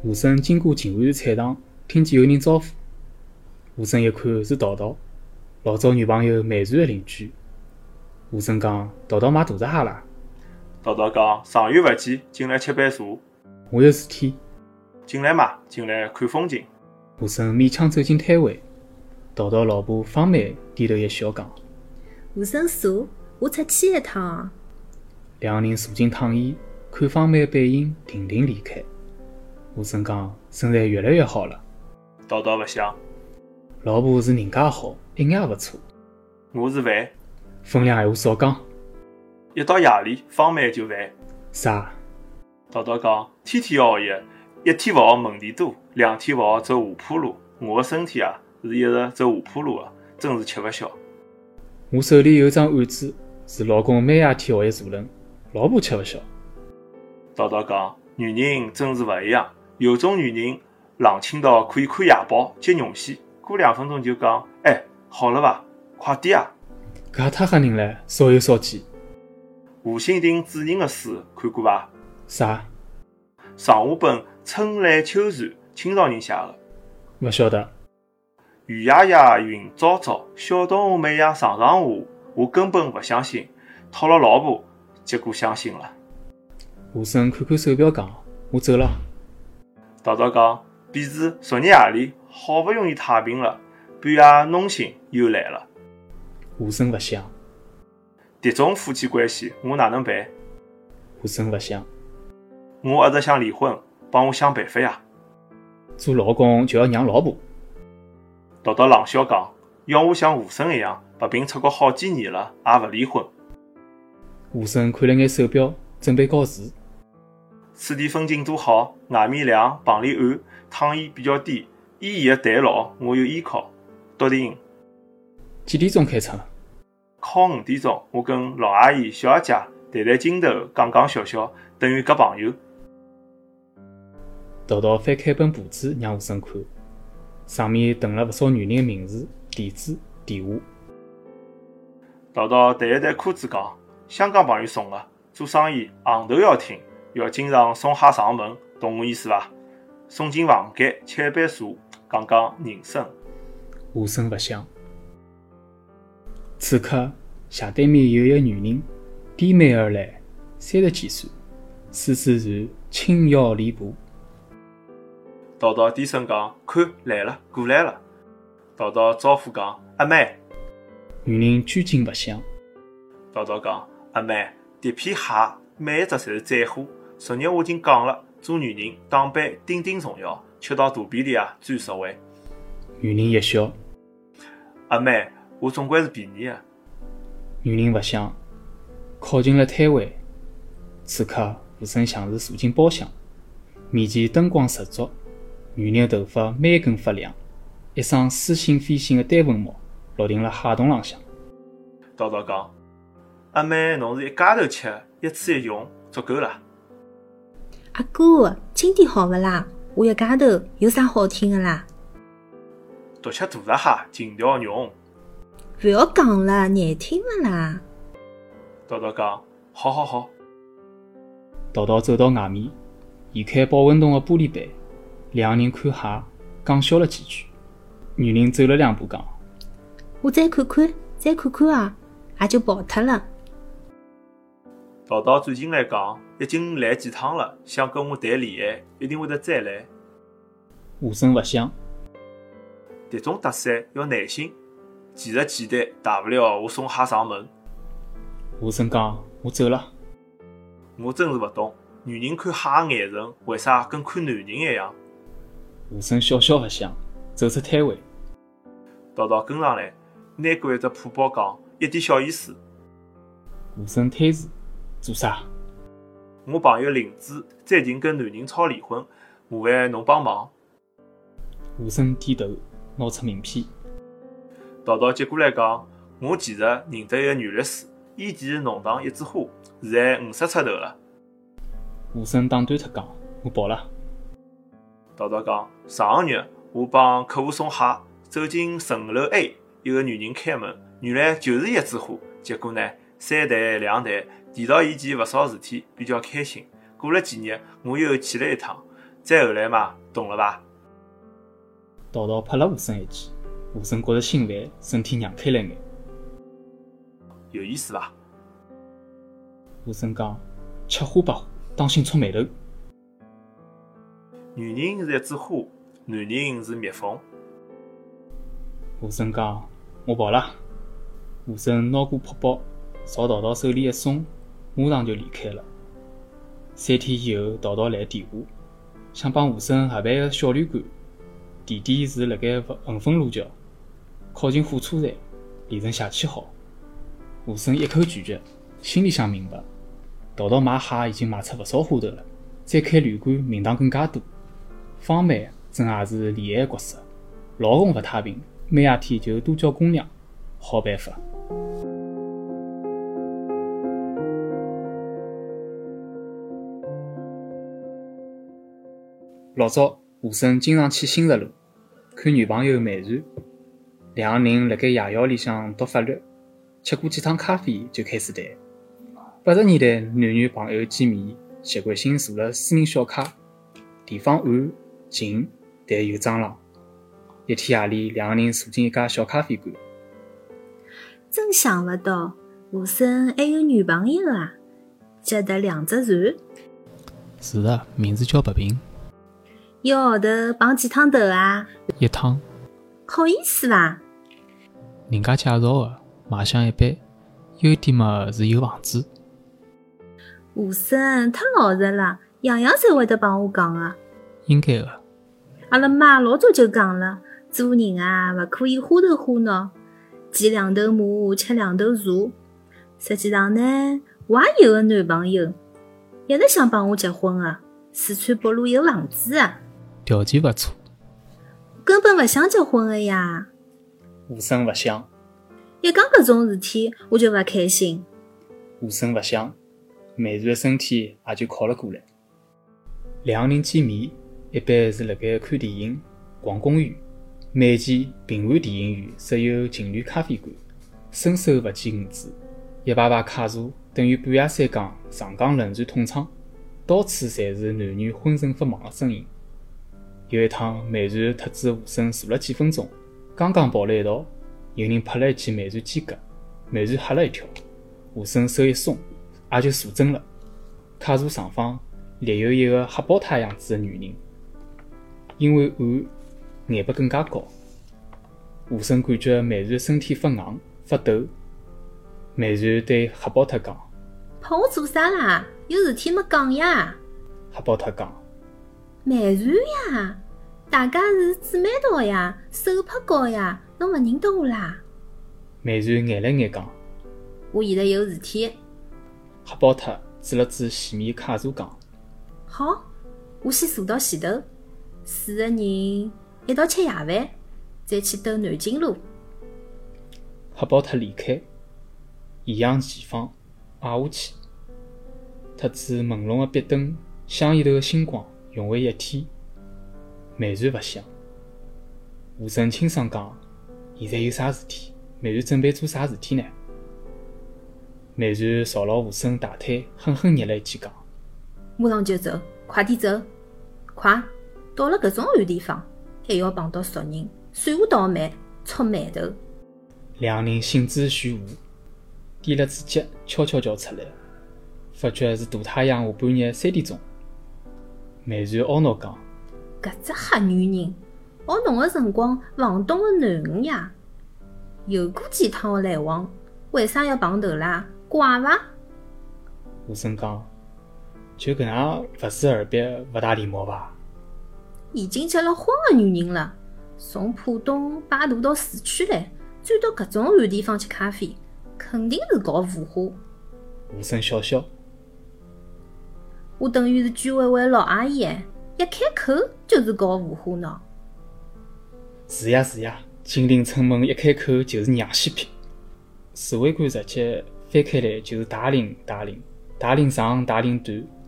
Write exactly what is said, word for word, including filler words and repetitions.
吴生经过静安寺菜场，听见有人招呼。吴生一看是道道，老早女朋友美船的邻居。吴生讲：“道道买大闸蟹啦。” 道道讲：“长远勿见，进来吃杯茶。” 我有事体。 进来嘛，进来看风景。 吴生勉强走进摊位，道道老婆方梅低头一笑讲：“ 吴生坐，我出去一趟。” 两人坐进躺椅，看方梅背影定定离开。吴生讲：“身材越来越好了。” 道道勿想， 老婆是人家好，一眼也勿错。 我是烦， 分量闲话少讲。 一到夜里，方梅就烦。 啥？ 道道讲：“天天熬夜，一天勿熬门前多，两天勿熬走下坡路。我的身体啊，是一直走下坡路的，真是吃勿消。” 我手里有张案子，是老公每夜天学习做人，老婆吃勿消。 道道讲：“女人真是勿一样，有种女人冷清到可以看夜报、接绒线，过两分钟就讲：哎，好了伐？快点啊！” 搿太吓人了，少油少盐。 吴新亭主人的书看过伐？ 啥？ 上下本春来秋传，清朝人写的。 勿晓得。 雨呀呀，云朝朝，小动物每夜上上下，我根本勿相信，讨了老婆，结果相信了。 吴生看看手表讲：“我走了。” 道道讲：“便是昨日夜里，好不容易太平了，半夜弄醒又来了。” 吴生勿想。 迭种夫妻关系，我哪能办？ 吴生勿想。 我一直想离婚，帮我想办法呀。 做老公就要让老婆。 道道冷笑讲：“要我像吴生一样，白病出国好几年了，也勿离婚。” 吴生看了眼手表，准备告辞。 此地风景多好，外面凉，棚里暗，躺椅比较低，依依的台牢，我有依靠。笃定。 几点钟开车？ 靠五点钟，我跟老阿姨、小阿姐谈谈经头，讲讲笑笑，等于交朋友。 道道翻开本簿子让吴生看，上面誊了勿少女人的名字、地址、电话。 道道弹一弹裤子讲：“香港朋友送的，做生意行头要挺，要经常送蟹上门，懂我意思伐？送进房间，吃一杯茶，讲讲人生。” 吴生勿想。此刻，斜对面有一个女人，低眉而来，三十几岁，丝丝然轻摇离步。 道道低声讲：“看来了，过来了。”道道招呼讲：“阿妹。” 女人拘谨勿想。 道道讲：“阿妹，迭片蟹每一只侪是灾货。昨日我已经讲了，做女人打扮顶顶重要，吃到肚皮里啊最实惠。” 女人一笑：“ 阿妹，我总归是便宜的。” 女人勿想，靠近了摊位。此刻，吴生像是坐进包厢，面前灯光十足，女人的头发每根发亮，一双似信非信的单纹帽落进了蟹洞浪向。 道道讲：“阿妹，侬是一家头吃，一次一用，足够了。” 阿哥，轻点好勿啦？我一家头有啥好听的啦？ 独吃大闸蟹，尽条肉。 勿要讲了，难听勿啦？ 道道讲：“好好好。” 道道走到外面，移开保温桶的玻璃杯，两人看蟹，讲笑了几句。女人走了两步讲：“ 我再看看，再看看啊，也就跑脱了。” 道道转进来讲：“已经来几趟了，想跟我谈恋爱，一定会得再来。” 吴生勿想。 迭种搭讪要耐心，其实简单，大不了我送蟹上门。 吴生讲：“我走了。” 我真是勿懂，女人看蟹的眼神为啥跟看男人一样？ 吴生笑笑勿想，走出摊位。 道道跟上来，拿过一只破包讲：“一点小意思。” 吴生推辞：“做啥？” 我朋友林子最近跟男人吵离婚，麻烦侬帮忙。 吴生低头拿出名片。 道道接过来讲：“我其实认得一个女律师，伊其实弄堂一枝花，现在五十出头了。” 吴生打断他讲：“我跑了。” 道道讲：“上个月我帮客户送蟹，走进层楼 A， 有个女人开门，原来就是一枝花。结果呢，三谈两谈，提到以前勿少事体，比较开心。过了几日，我又去了一趟， 再后来嘛，懂了伐？ 道道拍了吴声一记，吴声觉着心烦，身体让开了眼。 有意思伐？ 吴声讲：“吃花白花，当心戳眉头。” 女人是一枝花，男人是蜜蜂。 吴声讲：“我跑了。”吴声拿过泡包，朝道道手里一松，马上就离开了。三天以后，道道来电话，想帮吴声合办个小旅馆，地点是辣盖恒丰路桥，靠近火车站，里程写签好。吴声一口拒绝，心里想明白，道道买蟹已经卖出勿少花头了，再开旅馆名堂更加多。方妹真也是厉害个角色，老公勿太平，每夜天就多叫姑娘，好办法。老早，吴声经常去新石路看女朋友美然，两个人辣盖夜校里向读法律，吃过几趟咖啡就开始谈。八十年代，男女朋友见面习惯性坐了私人小卡，地方暗近，但又张浪。一天夜里，两个人坐进一家小咖啡馆。 真想勿到，吴声还有女朋友啊！脚踏两只船， 是的，名字叫白萍。 一个号头碰几趟头啊？ 一趟。 好意思伐？ 人家介绍的，卖相一般，优点嘛是有房子。 吴声太老实了，样样侪会得帮我讲啊。 应该的。 阿拉妈老早就讲了，做人啊勿可以花头花脑，见两头马，吃两头茶。实际上呢，我也有个男朋友，一直想帮我结婚的，四川北路有房子啊。 条件勿错。 根本勿想结婚的呀。 吴声勿想。 一讲搿种事体，我就勿开心。 吴声勿想，美然的身体也就靠了过来。两个人见面，一般是辣盖看电影、逛公园。每间平安电影院设有情侣咖啡馆，伸手勿见五指，一排排卡座等于半夜三更上港轮船痛唱，到处侪是男女浑身发忙的身影。有一趟，美然特子吴声坐了几分钟，刚刚抱了一道，有人拍了一记美然肩胛，美然吓了一跳，吴声手一松，也就坐正了。卡座上方立有一个黑宝塔样子的女人，因为暗，眼巴更加高。吴声感觉美然身体发硬发抖，美然对黑宝塔讲：“ 拍我做啥啦？有事体没讲呀？” 黑宝塔讲：“ 美然呀，大家是姊妹道呀，手拍高呀，侬勿认得我啦？” 美然眼了眼讲：“ 我现在有事体。” 黑宝塔指了指前面卡座讲：“ 好，我先坐到前头，四个人一道吃夜饭，再去兜南京路。” 黑宝塔离开，异样前方矮下去，特子朦胧的壁灯，香烟头的星光融为一体。美然勿想。吴声轻声讲：“现在有啥事体？美然准备做啥事体呢？”美然朝牢吴声大腿狠狠捏了一记，讲：“ 马上就走，快点走，快！到了搿种暗地方，还要碰到熟人，算我倒霉，戳眉头。” 两人兴致全无，踮了只脚，悄悄叫出来，发觉是大太阳下半日三点钟。美然懊恼讲：“ 搿只黑女人，学侬个辰光房东个囡恩呀，有过几趟个来往，为啥要碰头啦？怪伐？” 吴声讲：“就搿样勿识二别，勿大礼貌伐？” 已经结了婚个女人了，从浦东摆渡到市区来，转到搿种暗地方吃咖啡，肯定是搞腐化。 吴声笑笑：“ 我等于是居委会老阿姨哎，一开口就是搞腐化喏。” 是呀是呀，金陵城门一开口就是娘西片，市委官直接翻开来就是大令大令，大令长大令短，